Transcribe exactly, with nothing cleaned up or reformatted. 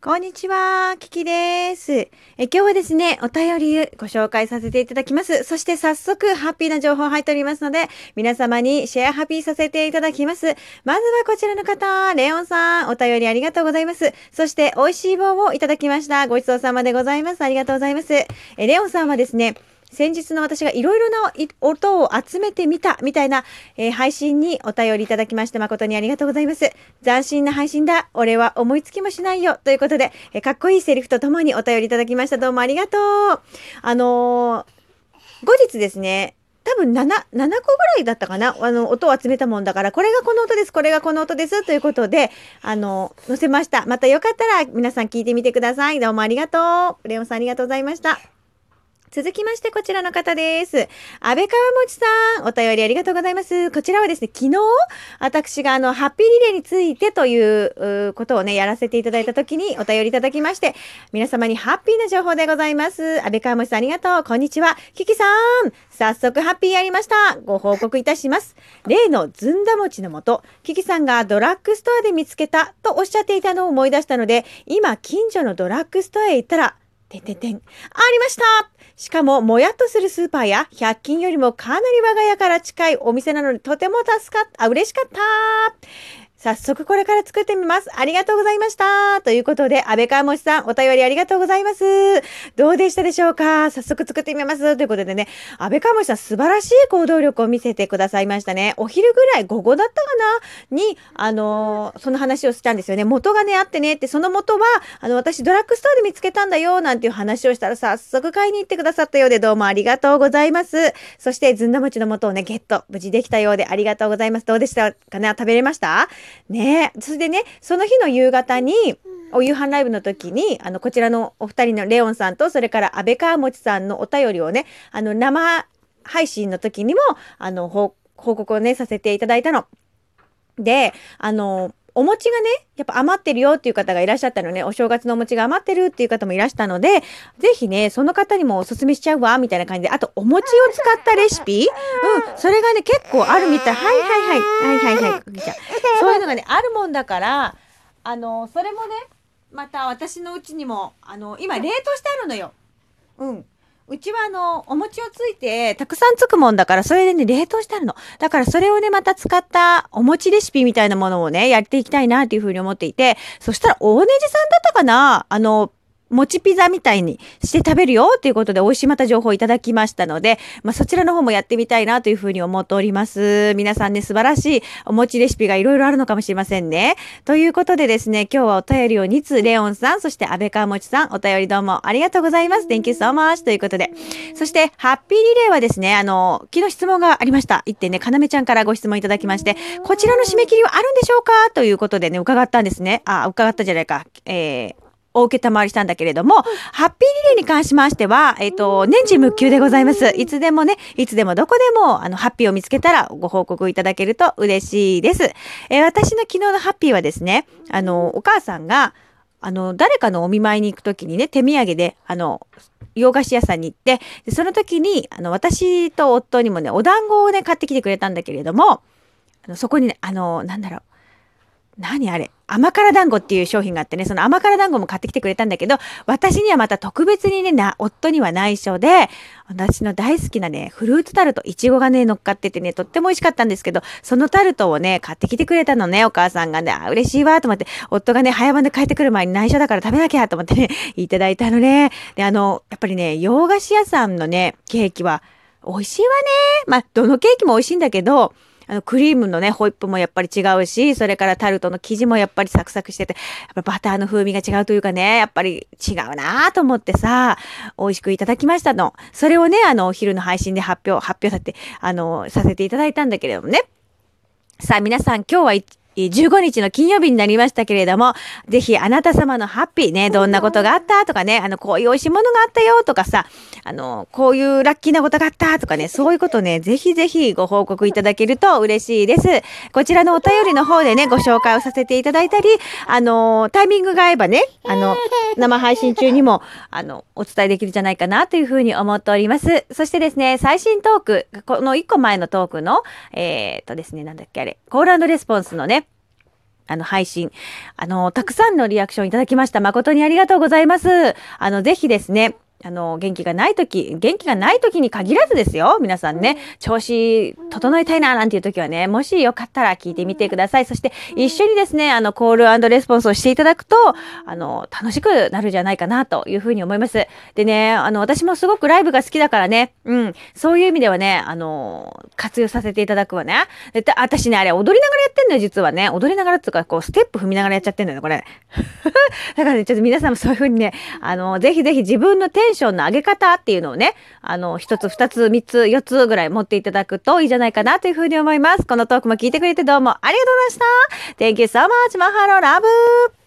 こんにちは、キキです。え今日はですね、お便りご紹介させていただきます。そして早速、ハッピーな情報入っておりますので、皆様にシェアハッピーさせていただきます。まずはこちらの方、レオンさん、お便りありがとうございます。そして、美味しい棒をいただきました。ごちそうさまでございます。ありがとうございます。えレオンさんはですね、先日の私がいろいろな音を集めてみたみたいな、えー、配信にお便りいただきまして誠にありがとうございます。斬新な配信だ。俺は思いつきもしないよ。ということで、えー、かっこいいセリフとともにお便りいただきました。どうもありがとう。あのー、後日ですね、多分なな、ななこぐらいだったかなあの、音を集めたもんだから、これがこの音です、これがこの音です、ということで、あの、載せました。またよかったら皆さん聞いてみてください。どうもありがとう。レオンさんありがとうございました。続きましてこちらの方です。安倍川持さん、お便りありがとうございます。こちらはですね、昨日、私があの、ハッピーリレーについてということをね、やらせていただいたときにお便りいただきまして、皆様にハッピーな情報でございます。安倍川持さんありがとう。こんにちは。キキさん、早速ハッピーやりました。ご報告いたします。例のずんだ餅の素、キキさんがドラッグストアで見つけたとおっしゃっていたのを思い出したので、今、近所のドラッグストアへ行ったら、てんてんてん、ありました。しかも、もやっとするスーパーやひゃく均よりもかなり我が家から近いお店なので、とても助かっ、あ、嬉しかった。早速これから作ってみます。ありがとうございました。ということで、安倍川もちさん、お便りありがとうございます。どうでしたでしょうか？早速作ってみます。ということでね、安倍川もちさん、素晴らしい行動力を見せてくださいましたね。お昼ぐらい、午後だったかなに、あのー、その話をしたんですよね。元がね、あってねって、その元は、あの、私、ドラッグストアで見つけたんだよ、なんていう話をしたら、早速買いに行ってくださったようで、どうもありがとうございます。そして、ずんだ餅の素をね、ゲット、無事できたようで、ありがとうございます。どうでしたかね？食べれました？ねえ。それでね、その日の夕方に、お夕飯ライブの時に、あの、こちらのお二人のレオンさんと、それから安倍川持さんのお便りをね、あの、生配信の時にも、あの、報告をね、させていただいたの。で、あの、お餅がね、やっぱ余ってるよっていう方がいらっしゃったのね、お正月のお餅が余ってるっていう方もいらしたので、ぜひね、その方にもおすすめしちゃうわ、みたいな感じで、あと、お餅を使ったレシピうん、それがね、結構あるみたい。はいはいはい。はいはいはい。そういうのがね、あるもんだから、あの、それもね、また私のうちにも、あの、今、冷凍してあるのよ。うん。うちはあの、お餅をついて、たくさんつくもんだから、それでね、冷凍してあるの。だからそれをね、また使ったお餅レシピみたいなものをね、やっていきたいなっていうふうに思っていて、そしたら、大ネジさんだったかなあの、もちピザみたいにして食べるよっていうことで美味しいまた情報いただきましたので、まあ、そちらの方もやってみたいなというふうに思っております。皆さんね、素晴らしいお餅レシピがいろいろあるのかもしれませんね。ということでですね、今日はお便りをにつレオンさん、そして安倍川もちさん、お便りどうもありがとうございます。Thank you so much ということで。そして、ハッピーリレーはですね、あの、昨日質問がありました。一点ね、かなめちゃんからご質問いただきまして、こちらの締め切りはあるんでしょうかということでね、伺ったんですね。あ、伺ったじゃないか。えー、お受けたまわりしたんだけれども、ハッピーリレーに関しましては、えっと、年中無休でございます。いつでもね、いつでもどこでも、あの、ハッピーを見つけたらご報告いただけると嬉しいです。えー、私の昨日のハッピーはですね、あの、お母さんが、あの、誰かのお見舞いに行くときにね、手土産で、あの、洋菓子屋さんに行って、でその時に、あの、私と夫にもね、お団子をね、買ってきてくれたんだけれども、あのそこにね、あの、なんだろう、何あれ甘辛団子っていう商品があってね、その甘辛団子も買ってきてくれたんだけど、私にはまた特別にね、な夫には内緒で、私の大好きなね、フルーツタルト、いちごがね、乗っかっててね、とっても美味しかったんですけど、そのタルトをね、買ってきてくれたのね、お母さんがね、あ、嬉しいわ、と思って、夫がね、早番で帰ってくる前に内緒だから食べなきゃ、と思ってね、いただいたのね。で、あの、やっぱりね、洋菓子屋さんのね、ケーキは、美味しいわね。まあ、どのケーキも美味しいんだけど、あのクリームのね、ホイップもやっぱり違うし、それからタルトの生地もやっぱりサクサクしてて、やっぱバターの風味が違うというかね、やっぱり違うなと思ってさ、美味しくいただきましたの。それをね、あの、お昼の配信で発表、発表させて、あの、させていただいたんだけれどもね。さあ、皆さん、今日はじゅうごにちの金曜日になりましたけれども、ぜひあなた様のハッピーね、どんなことがあったとかね、あの、こういう美味しいものがあったよとかさ、あの、こういうラッキーなことがあったとかね、そういうことね、ぜひぜひご報告いただけると嬉しいです。こちらのお便りの方でね、ご紹介をさせていただいたり、あの、タイミングが合えばね、あの、生配信中にも、あの、お伝えできるんじゃないかなというふうに思っております。そしてですね、最新トーク、このいっこまえのトークの、えーっとですね、なんだっけあれ、コール&レスポンスのね、 あの、配信。あの、たくさんのリアクションいただきました。誠にありがとうございます。あの、ぜひですね、あの、元気がない時、元気がない時に限らずですよ。皆さんね、調子整えたいな、なんていう時はね、もしよかったら聞いてみてください。そして、一緒にですね、あの、コール&レスポンスをしていただくと、あの、楽しくなるんじゃないかな、というふうに思います。でね、あの、私もすごくライブが好きだからね、うん、そういう意味ではね、あの、活用させていただくわね。で、私ね、あれ、踊りながらやってんのよ、実はね。踊りながらっていうか、こう、ステップ踏みながらやっちゃってんだよね、これ。だからね、ちょっと皆さんもそういう風にね、あの、ぜひぜひ自分のテンションの上げ方っていうのをね、あの、一つ、二つ、三つ、四つぐらい持っていただくといいんじゃないかなという風に思います。このトークも聞いてくれてどうもありがとうございました。Thank you so much. マハロラブ